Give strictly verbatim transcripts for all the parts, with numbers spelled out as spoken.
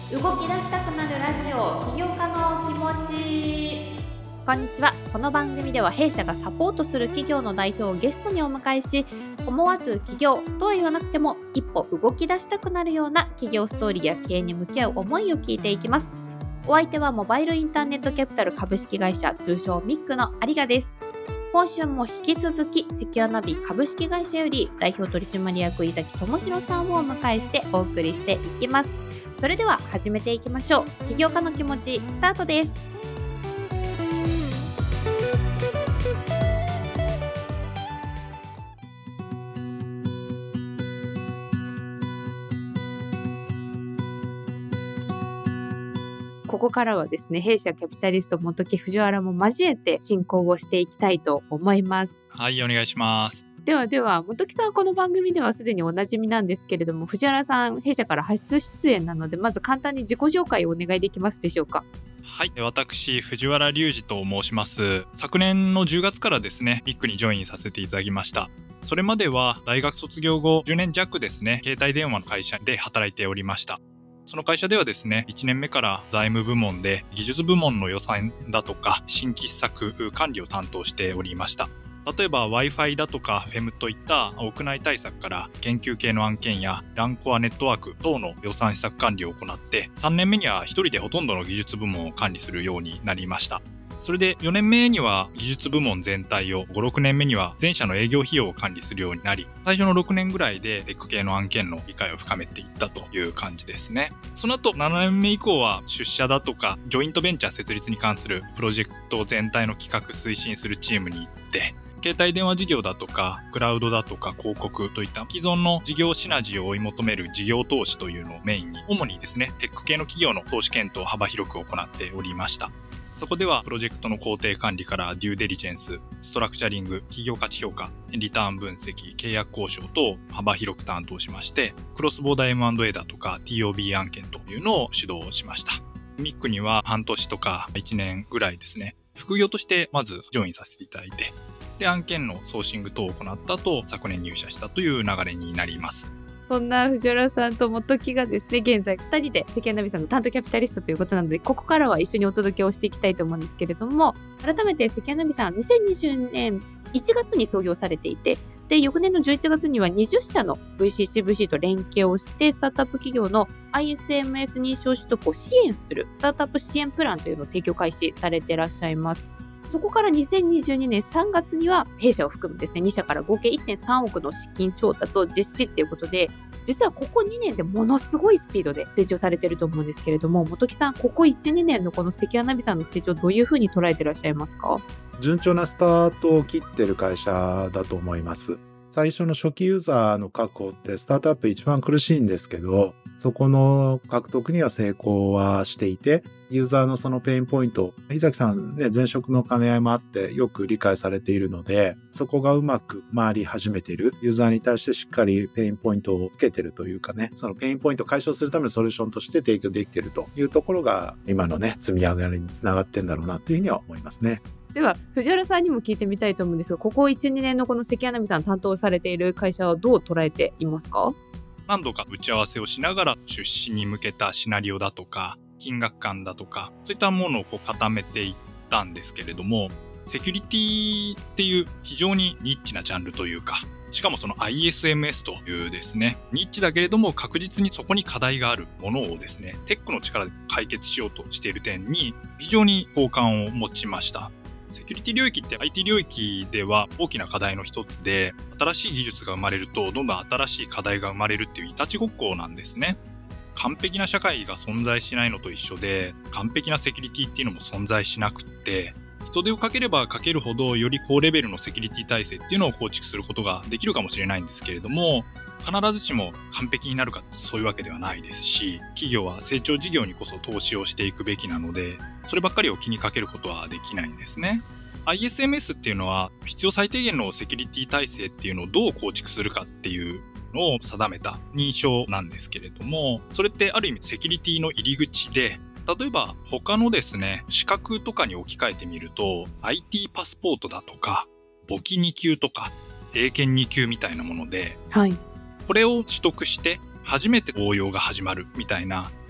動き出したくなるラジオ、起業家の気持ち。こんにちは。この番組では弊社がサポートする企業の代表をゲストにお迎えし、思わず起業とは言わなくても一歩動き出したくなるような企業ストーリーや経営に向き合う思いを聞いていきます。お相手はモバイルインターネットキャピタル株式会社、通称ミックの有賀です。今週も引き続きセキュアナビ株式会社より代表取締役井崎智博さんをお迎えしてお送りしていきます。それでは始めていきましょう。起業家の気持ち、スタートです。ここからはですね、弊社キャピタリスト本木藤原も交えて進行をしていきたいと思います。 はい、お願いします。 ではでは、本木さん、この番組ではすでにおなじみなんですけれども、藤原さん、弊社から初出演なので、まず簡単に自己紹介をお願いできますでしょうか。 はい、私藤原隆二と申します。昨年のじゅうがつからですね、ミックにジョインさせていただきました。それまでは大学卒業後じゅうねん弱ですね、携帯電話の会社で働いておりました。その会社ではですね、いちねんめから財務部門で技術部門の予算だとか新規施策管理を担当しておりました。例えば Wi-Fi だとか フェム といった屋内対策から研究系の案件や ラン コアネットワーク等の予算施策管理を行って、さんねんめには一人でほとんどの技術部門を管理するようになりました。それでよねんめには技術部門全体を、ご、ろくねんめには全社の営業費用を管理するようになり、最初のろくねんぐらいでテック系の案件の理解を深めていったという感じですね。その後ななねんめ以降は出社だとかジョイントベンチャー設立に関するプロジェクト全体の企画推進するチームに行って、携帯電話事業だとかクラウドだとか広告といった既存の事業シナジーを追い求める事業投資というのをメインに、主にですねテック系の企業の投資検討を幅広く行っておりました。そこではプロジェクトの工程管理からデューデリジェンス、ストラクチャリング、企業価値評価、リターン分析、契約交渉と幅広く担当しまして、クロスボーダー エムアンドエー だとか ティーオービー 案件というのを主導しました。ミックには半年とかいちねんぐらいですね、副業としてまずジョインさせていただいて、で案件のソーシング等を行った後、昨年入社したという流れになります。 そんな藤原さんと本木がですね、現在ふたりでセキュアナビさんの担当キャピタリストということなので、ここからは一緒にお届けをしていきたいと思うんですけれども、改めてセキュアナビさんにせんにじゅうねんいちがつに創業されていて、で翌年のじゅういちがつにはにじゅっしゃの ブイシーシーブイシー と連携をして、スタートアップ企業の アイエスエムエス 認証取得を支援するスタートアップ支援プランというのを提供開始されていらっしゃいます。そこからにせんにじゅうにねんさんがつには弊社を含むですねに社から合計 いってんさんおくの資金調達を実施ということで、実はここにねんでものすごいスピードで成長されていると思うんですけれども、本木さん、ここ いち、にねんのこのセキュアナビさんの成長、どういうふうに捉えていらっしゃいますか？ 順調なスタートを切ってる会社だと思います。最初の初期ユーザーの確保ってスタートアップ一番苦しいんですけど、そこの獲得には成功はしていて、ユーザーのそのペインポイント、井崎さんね、前職の兼ね合いもあってよく理解されているので、そこがうまく回り始めている。ユーザーに対してしっかりペインポイントをつけてるというかね、そのペインポイントを解消するためのソリューションとして提供できているというところが、今のね、積み上がりにつながってんだろうなというふうには思いますね。 では藤原さんにも聞いてみたいと思うんですが、ここ いち、にねんのこのセキュアナビさん担当されている会社はどう捉えていますか？ 何度か打ち合わせをしながら出資に向けたシナリオだとか金額感だとかそういったものをこう固めていったんですけれども、セキュリティっていう非常にニッチなジャンルというか、しかもその アイエスエムエス というですねニッチだけれども確実にそこに課題があるものをですねテックの力で解決しようとしている点に非常に好感を持ちました。セキュリティ領域って アイティー 領域では大きな課題の一つで、新しい技術が生まれるとどんどん新しい課題が生まれるっていういたちごっこなんですね。完璧な社会が存在しないのと一緒で、完璧なセキュリティっていうのも存在しなくって、人手をかければかけるほどより高レベルのセキュリティ体制っていうのを構築することができるかもしれないんですけれども、必ずしも完璧になるかそういうわけではないですし、企業は成長事業にこそ投資をしていくべきなので、そればっかりを気にかけることはできないんですね。アイエスエムエス っていうのは必要最低限のセキュリティ体制っていうのをどう構築するかっていうのを定めた認証なんですけれども、それってある意味セキュリティの入り口で、例えば他のですね資格とかに置き換えてみると アイティー パスポートだとか簿記に級とか英検に級みたいなもので、 はい、 これを取得して初めて応用が始まるみたいな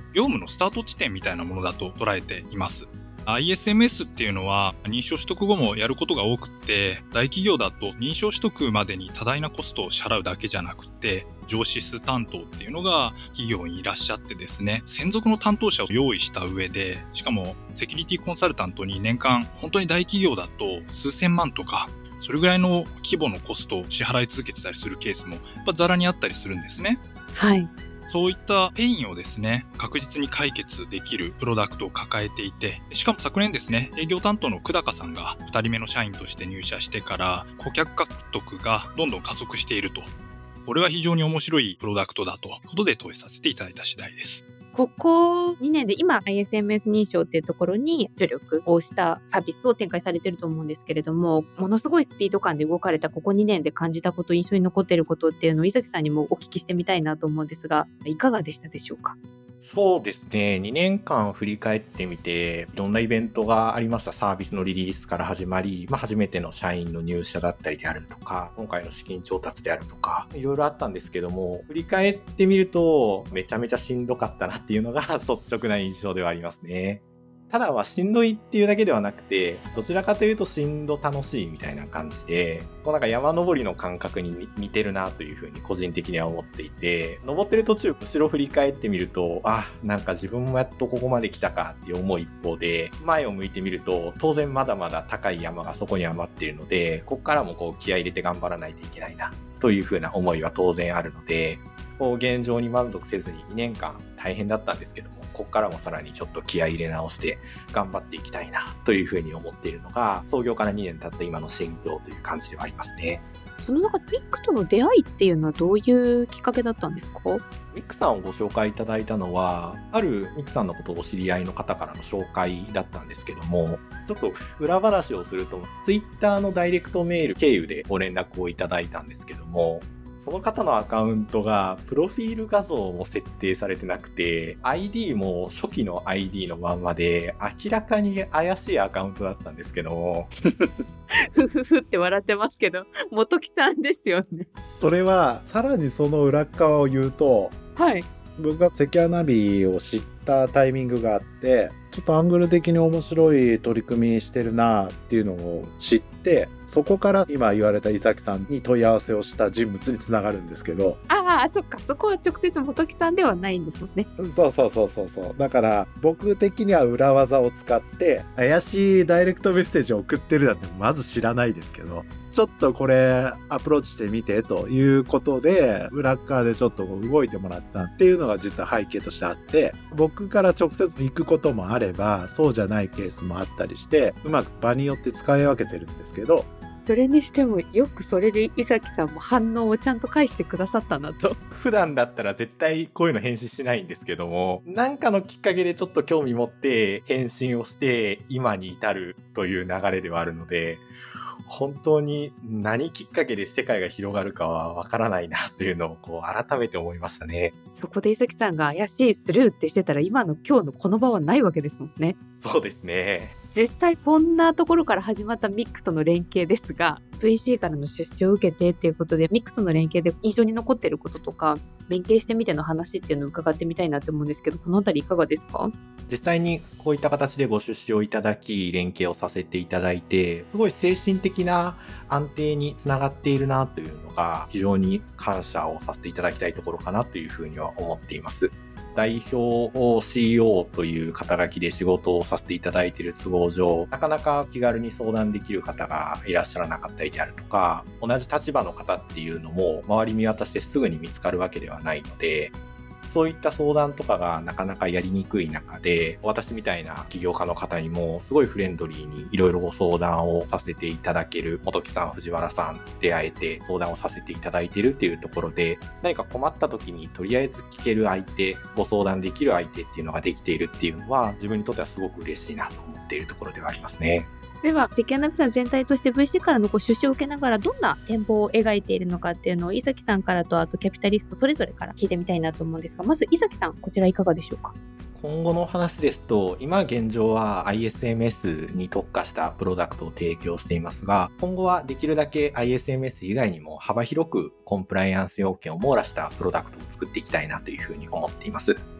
業務のスタート地点みたいなものだと捉えています。アイエスエムエス っていうのは認証取得後もやることが多くって、大企業だと認証取得までに多大なコストを支払うだけじゃなくて、上司数担当っていうのが企業にいらっしゃってですね、専属の担当者を用意した上で、しかもセキュリティコンサルタントに年間本当に大企業だと数千万とか、それぐらいの規模のコストを支払い続けてたりするケースもやっぱザラにあったりするんですね。 はい。 そういったペインをですね、確実に解決できるプロダクトを抱えていて、しかも昨年ですね、営業担当の久高さんがふたりめの社員として入社してから顧客獲得がどんどん加速していると。これは非常に面白いプロダクトだということで投資させていただいた次第です。 ここにねんで今 アイエスエムエス 認証っていうところに助力をしたサービスを展開されてると思うんですけれども、ものすごいスピード感で動かれたここにねんで感じたこと、印象に残っていることっていうのを伊崎さんにもお聞きしてみたいなと思うんですが、いかがでしたでしょうか？ そうですね。にねんかん振り返ってみて、いろんなイベントがありました。サービスのリリースから始まり、まあ、初めての社員の入社だったりであるとか、今回の資金調達であるとか、いろいろあったんですけども、振り返ってみると、めちゃめちゃしんどかったなっていうのが率直な印象ではありますね。ただまあしんどいっていうだけではなくて、どちらかというとしんど楽しいみたいな感じで、こうなんか山登りの感覚に似てるなというふうに個人的には思っていて、登ってる途中後ろ振り返ってみると、あ、なんか自分もやっとここまで来たかって思う一方で、前を向いてみると当然まだまだ高い山がそこには待っているので、ここからもこう気合い入れて頑張らないといけないなというふうな思いは当然あるので、こう現状に満足せずににねんかん大変だったんですけども、ここからもさらにちょっと気合い入れ直して頑張っていきたいなというふうに思っているのが、創業からにねん経った今の心境という感じではありますね。 その中でミックとの出会いっていうのはどういうきっかけだったんですか？ ミックさんをご紹介いただいたのは、あるミックさんのことをお知り合いの方からの紹介だったんですけども、ちょっと裏話をすると、ツイッターのダイレクトメール経由でご連絡をいただいたんですけども、その方のアカウントがプロフィール画像も設定されてなくて、 アイディー も初期の アイディー のまんまで明らかに怪しいアカウントだったんですけどもふふふって笑ってますけど、元木さんですよね。 それはさらにその裏側を言うと、 はい。 僕がセキュアナビを知ったタイミングがあって、ちょっとアングル的に面白い取り組みしてるなっていうのを知って、そこから今言われた伊崎さんに問い合わせをした人物につながるんですけど。 ああ、そっか、そこは直接元木さんではないんですもんね。 そうそうそうそうそう。だから僕的には裏技を使って怪しいダイレクトメッセージを送ってるなんてまず知らないですけど、ちょっとこれアプローチしてみてということで裏側でちょっと動いてもらったっていうのが実は背景としてあって、僕から直接行くこともあればそうじゃないケースもあったりして、うまく場によって使い分けてるんですけど、 それにしてもよくそれで伊崎さんも反応をちゃんと返してくださったなと。 普段だったら絶対こういうの返信しないんですけども、なんかのきっかけでちょっと興味持って返信をして今に至るという流れではあるので、本当に何きっかけで世界が広がるかはわからないなというのをこう改めて思いましたね。 そこで伊崎さんが怪しいスルーってしてたら今の今日のこの場はないわけですもんね。 そうですね。 実際そんなところから始まったミックとの連携ですが、 ブイシー からの出資を受けてっていうことでミックとの連携で印象に残っていることとか、連携してみての話っていうのを伺ってみたいなと思うんですけど、このあたりいかがですか？ 実際にこういった形でご出資をいただき連携をさせていただいて、すごい精神的な安定につながっているなというのが非常に感謝をさせていただきたいところかなというふうには思っています。代表を シーイーオー という肩書きで仕事をさせていただいている都合上、なかなか気軽に相談できる方がいらっしゃらなかったりであるとか、同じ立場の方っていうのも周り見渡してすぐに見つかるわけではないので、そういった相談とかがなかなかやりにくい中で、私みたいな起業家の方にもすごいフレンドリーにいろいろご相談をさせていただける元木さん、藤原さん出会えて相談をさせていただいているっていうところで、何か困った時にとりあえず聞ける相手、ご相談できる相手っていうのができているっていうのは自分にとってはすごく嬉しいなと思っているところではありますね。 ではセキュアナビさん全体として ブイシー からのご出資を受けながらどんな展望を描いているのかっていうのを伊崎さんからとあとキャピタリストそれぞれから聞いてみたいなと思うんですが、まず伊崎さん、こちらいかがでしょうか？ 今後の話ですと、今現状は アイエスエムエス に特化したプロダクトを提供していますが、今後はできるだけ アイエスエムエス 以外にも幅広くコンプライアンス要件を網羅したプロダクトを作っていきたいなというふうに思っています。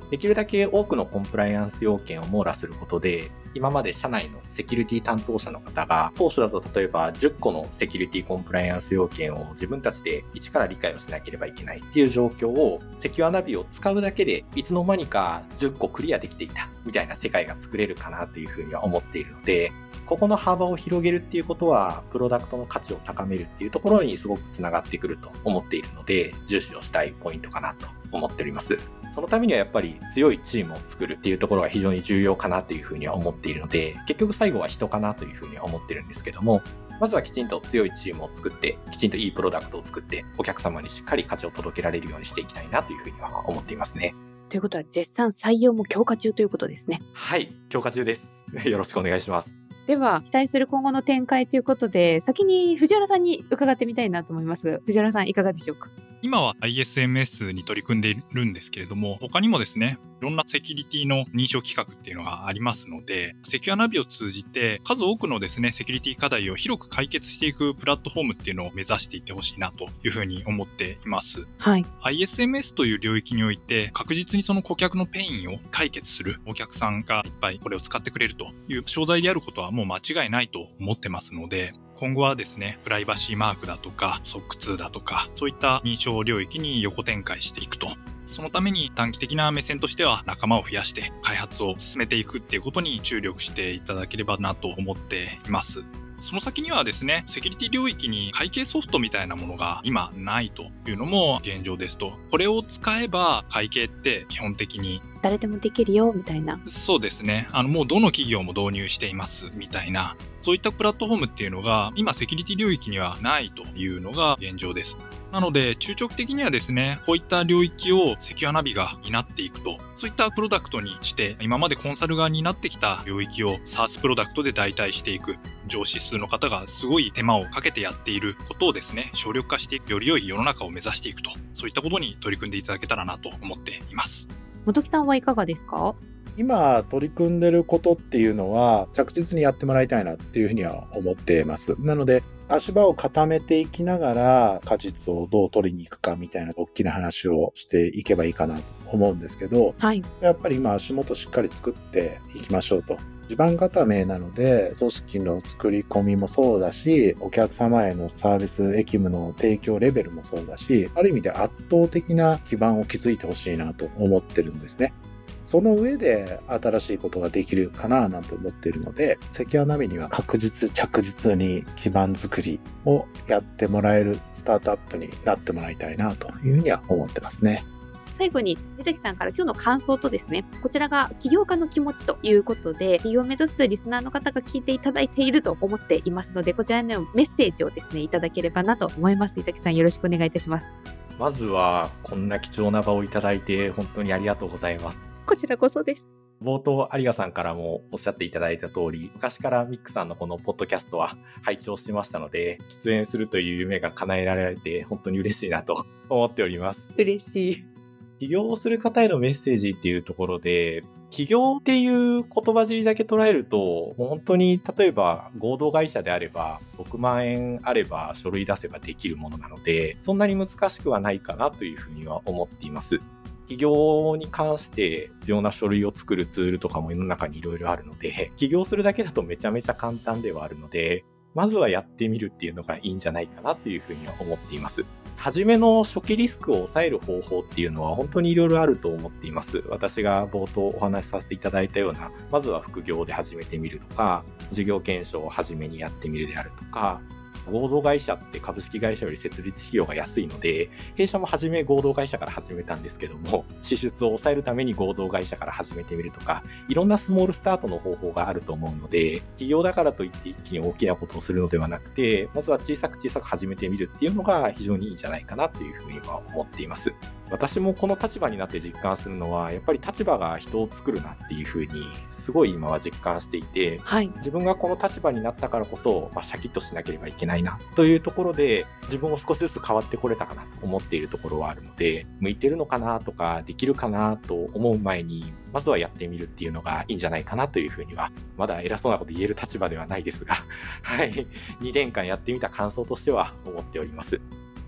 できるだけ多くのコンプライアンス要件を網羅することで、今まで社内のセキュリティ担当者の方が、当初だと例えばじゅっこのセキュリティコンプライアンス要件を自分たちで一から理解をしなければいけないっていう状況を、セキュアナビを使うだけでいつの間にかじゅっこクリアできていたみたいな世界が作れるかなというふうには思っているので、ここの幅を広げるっていうことは、プロダクトの価値を高めるっていうところにすごくつながってくると思っているので、重視をしたいポイントかなと思っております。そのためにはやっぱり強いチームを作るっていうところが非常に重要かなというふうには思っているので、結局最後は人かなというふうには思ってるんですけども、まずはきちんと強いチームを作って、きちんといいプロダクトを作って、お客様にしっかり価値を届けられるようにしていきたいなというふうには思っていますね。 ということは絶賛採用も強化中ということですね。 はい、強化中です。よろしくお願いします。 では期待する今後の展開ということで、先に藤原さんに伺ってみたいなと思います。藤原さんいかがでしょうか。 今は アイエスエムエス に取り組んでいるんですけれども、他にもですね、いろんなセキュリティの認証規格っていうのがありますので、セキュアナビを通じて数多くのですね、セキュリティ課題を広く解決していくプラットフォームっていうのを目指していってほしいなというふうに思っています。 はい。 アイエスエムエス という領域において確実にその顧客のペインを解決するお客さんがいっぱいこれを使ってくれるという商材であることはもう間違いないと思ってますので、今後はですね、プライバシーマークだとか ソックツー だとか、そういった認証領域に横展開していくと。そのために短期的な目線としては仲間を増やして開発を進めていくっていうことに注力していただければなと思っています。その先にはですね、セキュリティ領域に会計ソフトみたいなものが今ないというのも現状ですと。これを使えば会計って基本的に誰でもできるよみたいな。 そうですね。あのもうどの企業も導入していますみたいな、そういったプラットフォームっていうのが今セキュリティ領域にはないというのが現状です。なので中長期的にはですね、こういった領域をセキュアナビが担っていくと、そういったプロダクトにして、今までコンサル側になってきた領域を SaaS プロダクトで代替していく、上司数の方がすごい手間をかけてやっていることをですね、省力化してより良い世の中を目指していくと、そういったことに取り組んでいただけたらなと思っています。 本木さんはいかがですか。 今取り組んでることっていうのは着実にやってもらいたいなっていうふうには思っています。なので足場を固めていきながら果実をどう取りに行くかみたいな大きな話をしていけばいいかなと思うんですけど、 はい、 やっぱり今足元しっかり作っていきましょうと。地盤固めなので組織の作り込みもそうだし、お客様へのサービス役務の提供レベルもそうだし、ある意味で圧倒的な基盤を築いてほしいなと思ってるんですね。その上で新しいことができるかななんて思っているので、セキュアナビには確実着実に基盤作りをやってもらえるスタートアップになってもらいたいなというふうには思ってますね。 最後に江崎さんから今日の感想とですね、こちらが起業家の気持ちということで、起業を目指すリスナーの方が聞いていただいていると思っていますので、こちらのメッセージをですねいただければなと思います。江崎さんよろしくお願いいたします。 まずはこんな貴重な場をいただいて本当にありがとうございます。 こちらこそです。 冒頭有賀さんからもおっしゃっていただいた通り、昔からミックさんのこのポッドキャストは拝聴してましたので、出演するという夢が叶えられて本当に嬉しいなと思っております。 嬉しい。 起業をする方へのメッセージっていうところで、起業っていう言葉尻だけ捉えると、もう本当に例えば合同会社であればろくまんえんあれば書類出せばできるものなので、そんなに難しくはないかなというふうには思っています。起業に関して必要な書類を作るツールとかも世の中にいろいろあるので、起業するだけだとめちゃめちゃ簡単ではあるので、まずはやってみるっていうのがいいんじゃないかなというふうには思っています。初めの初期リスクを抑える方法っていうのは本当にいろいろあると思っています。私が冒頭お話しさせていただいたような、まずは副業で始めてみるとか、事業検証を初めにやってみるであるとか、合同会社って株式会社より設立費用が安いので、弊社も初め合同会社から始めたんですけども、支出を抑えるために合同会社から始めてみるとか、いろんなスモールスタートの方法があると思うので、起業だからといって一気に大きなことをするのではなくて、まずは小さく小さく始めてみるっていうのが非常にいいんじゃないかなというふうには思っています。私もこの立場になって実感するのは、やっぱり立場が人を作るなっていうふうにすごい今は実感していて、 はい、 自分がこの立場になったからこそ、まあ、シャキッとしなければいけないなというところで、自分を少しずつ変わってこれたかなと思っているところはあるので、向いてるのかなとかできるかなと思う前に、まずはやってみるっていうのがいいんじゃないかなというふうには、まだ偉そうなこと言える立場ではないですが、はい、にねんかんやってみた感想としては思っております。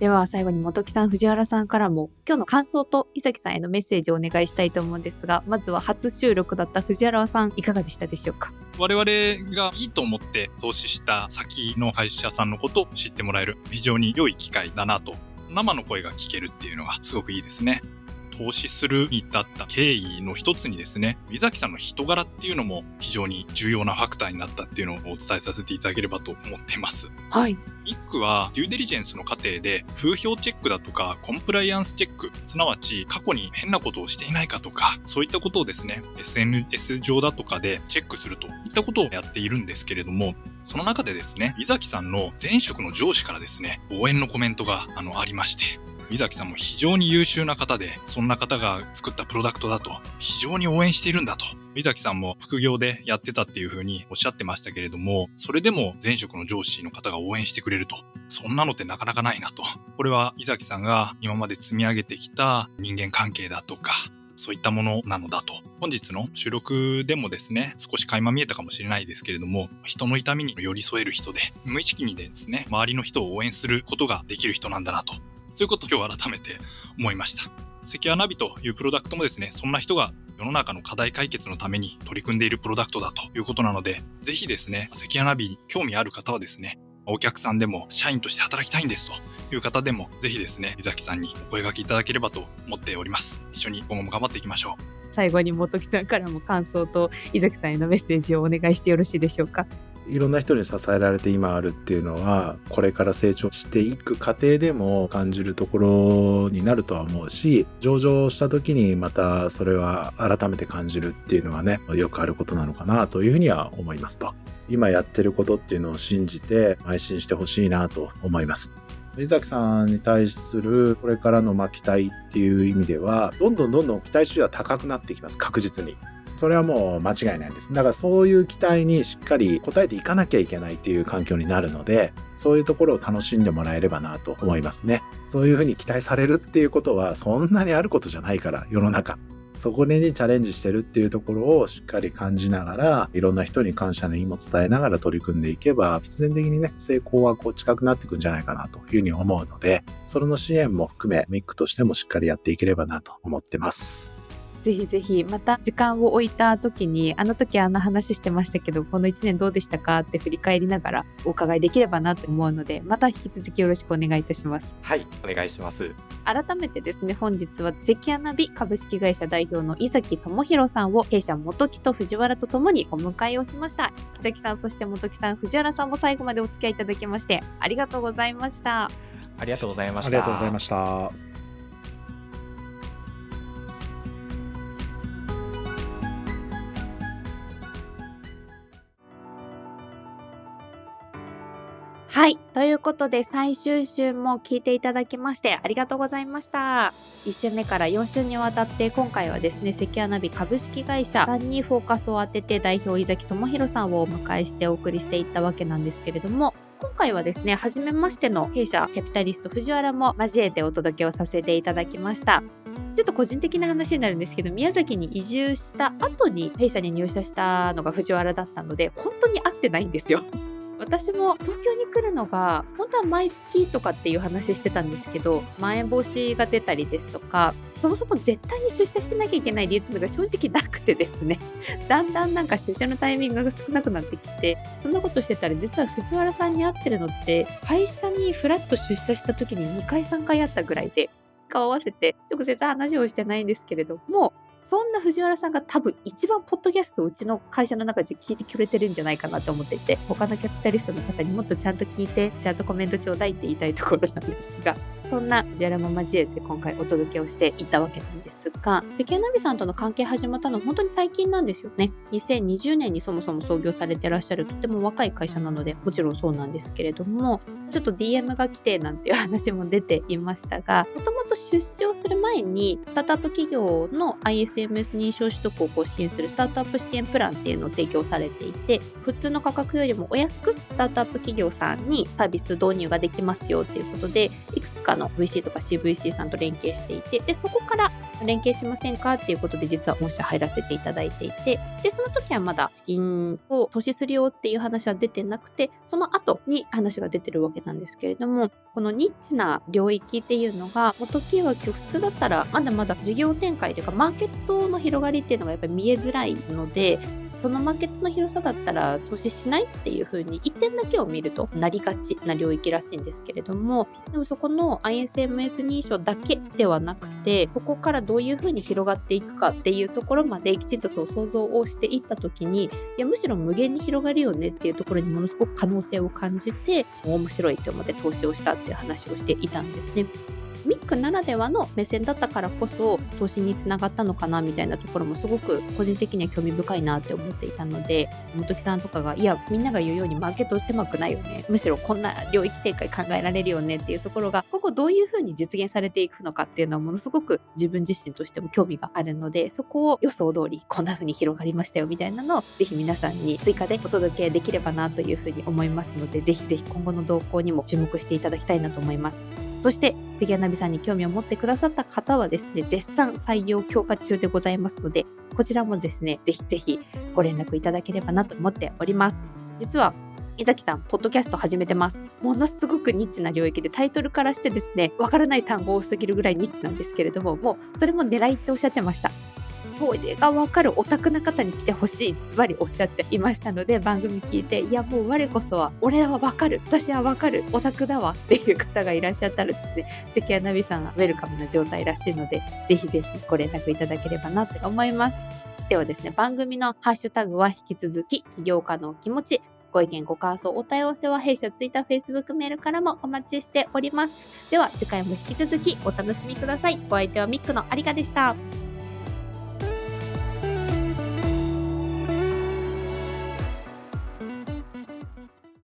では最後に本木さん、藤原さんからも今日の感想と伊崎さんへのメッセージをお願いしたいと思うんですが、まずは初収録だった藤原さん、いかがでしたでしょうか？ 我々がいいと思って投資した先の会社さんのことを知ってもらえる非常に良い機会だなと。生の声が聞けるっていうのがすごくいいですね。投資するに至った経緯の一つにですね、伊崎さんの人柄っていうのも非常に重要なファクターになったっていうのをお伝えさせていただければと思っています。 はい。 ミックはデューデリジェンスの過程で風評チェックだとかコンプライアンスチェック、すなわち過去に変なことをしていないかとか、そういったことをですね エスエヌエス 上だとかでチェックするといったことをやっているんですけれども、その中でですね、伊崎さんの前職の上司からですね、応援のコメントがあのありまして、伊崎さんも非常に優秀な方で、そんな方が作ったプロダクトだと非常に応援しているんだと。伊崎さんも副業でやってたっていう風におっしゃってましたけれども、それでも前職の上司の方が応援してくれると。そんなのってなかなかないなと。これは伊崎さんが今まで積み上げてきた人間関係だとか、そういったものなのだと。本日の収録でもですね、少し垣間見えたかもしれないですけれども、人の痛みに寄り添える人で、無意識にですね、周りの人を応援することができる人なんだなと。そういうことを今日改めて思いました。セキュアナビというプロダクトもですね、そんな人が世の中の課題解決のために取り組んでいるプロダクトだということなので、ぜひですね、セキュアナビに興味ある方はですね、お客さんでも社員として働きたいんですという方でも、ぜひですね、伊崎さんにお声掛けいただければと思っております。一緒に今後も頑張っていきましょう。 最後に本木さんからも感想と伊崎さんへのメッセージをお願いしてよろしいでしょうか？ いろんな人に支えられて今あるっていうのは、これから成長していく過程でも感じるところになるとは思うし、上場した時にまたそれは改めて感じるっていうのはね、よくあることなのかなというふうには思いますと。今やってることっていうのを信じて邁進してほしいなと思います。伊崎さんに対するこれからのまあ期待っていう意味では、どんどんどんどん期待値は高くなっていきます、確実に。それはもう間違いないです。だからそういう期待にしっかり応えていかなきゃいけないっていう環境になるので、そういうところを楽しんでもらえればなと思いますね。そういうふうに期待されるっていうことはそんなにあることじゃないから、世の中。そこにチャレンジしてるっていうところをしっかり感じながら、いろんな人に感謝の意も伝えながら取り組んでいけば、必然的にね、成功はこう近くなっていくんじゃないかなというふうに思うので、それの支援も含め、ミックとしてもしっかりやっていければなと思ってます。 ぜひぜひまた時間を置いた時に、あの時あんな話してましたけどこのいちねんどうでしたかって振り返りながらお伺いできればなと思うので、また引き続きよろしくお願いいたします。 はい、お願いします。 改めてですね、本日はセキュアナビ株式会社代表の伊崎智弘さんを弊社本木と藤原とともにお迎えをしました。伊崎さん、そして本木さん、藤原さんも最後までお付き合いいただきましてありがとうございました。 ありがとうございました。 ありがとうございました。 はい。ということで、最終週も聞いていただきましてありがとうございました。いっ週目からよん週にわたって、今回はですね、セキュアナビ株式会社さんにフォーカスを当てて、代表伊崎智弘さんをお迎えしてお送りしていったわけなんですけれども、今回はですね、初めましての弊社キャピタリスト藤原も交えてお届けをさせていただきました。ちょっと個人的な話になるんですけど、宮崎に移住した後に弊社に入社したのが藤原だったので、本当に会ってないんですよ。私も東京に来るのが本当は毎月とかっていう話してたんですけど、まん延防止が出たりですとか、そもそも絶対に出社しなきゃいけない理由っていうのが正直なくてですね、だんだんなんか出社のタイミングが少なくなってきて、そんなことしてたら実は藤原さんに会ってるのって会社にフラッと出社した時ににかいさんかいあったぐらいで、顔合わせて直接話をしてないんですけれども、そんな藤原さんが多分一番ポッドキャストをうちの会社の中で聞いてくれてるんじゃないかなと思っていて、他のキャピタリストの方にもっとちゃんと聞いてちゃんとコメントちょうだいって言いたいところなんですが、そんな藤原も交えて今回お届けをしていったわけなんですが、セキュアナビさんとの関係始まったのは本当に最近なんですよね。にせんにじゅうねんにそもそも創業されてらっしゃるとても若い会社なので、もちろんそうなんですけれども、ちょっと ディーエム が来てなんていう話も出ていましたが、もともと出資をする前にスタートアップ企業の アイエスエムエス 認証取得をこう支援するスタートアップ支援プランっていうのを提供されていて、普通の価格よりもお安くスタートアップ企業さんにサービス導入ができますよっていうことで、いくつかの ブイシー とか シーブイシー さんと連携していて、でそこから連携しませんかっていうことで実は御社入らせていただいていて、でその時はまだ資金を投資するよっていう話は出てなくて、その後に話が出てるわけけなんですけれども、このニッチな領域っていうのが、元木は普通だったらまだまだ事業展開というかマーケットの広がりっていうのがやっぱり見えづらいので、そのマーケットの広さだったら投資しないっていう風に一点だけを見るとなりがちな領域らしいんですけれども、でもそこの アイエスエムエス 認証だけではなくて、そこからどういう風に広がっていくかっていうところまできちんとそう想像をしていった時に、いやむしろ無限に広がるよねっていうところにものすごく可能性を感じて、面白いと思って投資をしたっていう話をしていたんですね。ミックならではの目線だったからこそ投資につながったのかなみたいなところもすごく個人的には興味深いなって思っていたので、元木さんとかがいやみんなが言うようにマーケット狭くないよね、むしろこんな領域展開考えられるよねっていうところが、ここどういうふうに実現されていくのかっていうのはものすごく自分自身としても興味があるので、そこを予想通りこんなふうに広がりましたよみたいなのをぜひ皆さんに追加でお届けできればなというふうに思いますので、ぜひぜひ今後の動向にも注目していただきたいなと思います。そして関谷ナビさんに興味を持ってくださった方はですね、絶賛採用強化中でございますので、こちらもですね、ぜひぜひご連絡いただければなと思っております。実は井崎さん、ポッドキャスト始めてます。ものすごくニッチな領域で、タイトルからしてですね、わからない単語多すぎるぐらいニッチなんですけれども、もうそれも狙いっておっしゃってました。これが分かるオタクな方に来てほしい、ズバリおっしゃっていましたので、番組聞いて、いやもう我こそは俺は分かる、私は分かる、オタクだわっていう方がいらっしゃったらですね、関谷ナビさんはウェルカムな状態らしいので、ぜひぜひご連絡いただければなと思います。ではですね、番組のハッシュタグは引き続き起業家の気持ち、ご意見ご感想お問い合わせは弊社ツイッター、フェイスブックメールからもお待ちしております。では次回も引き続きお楽しみください。お相手はミックの有賀でした。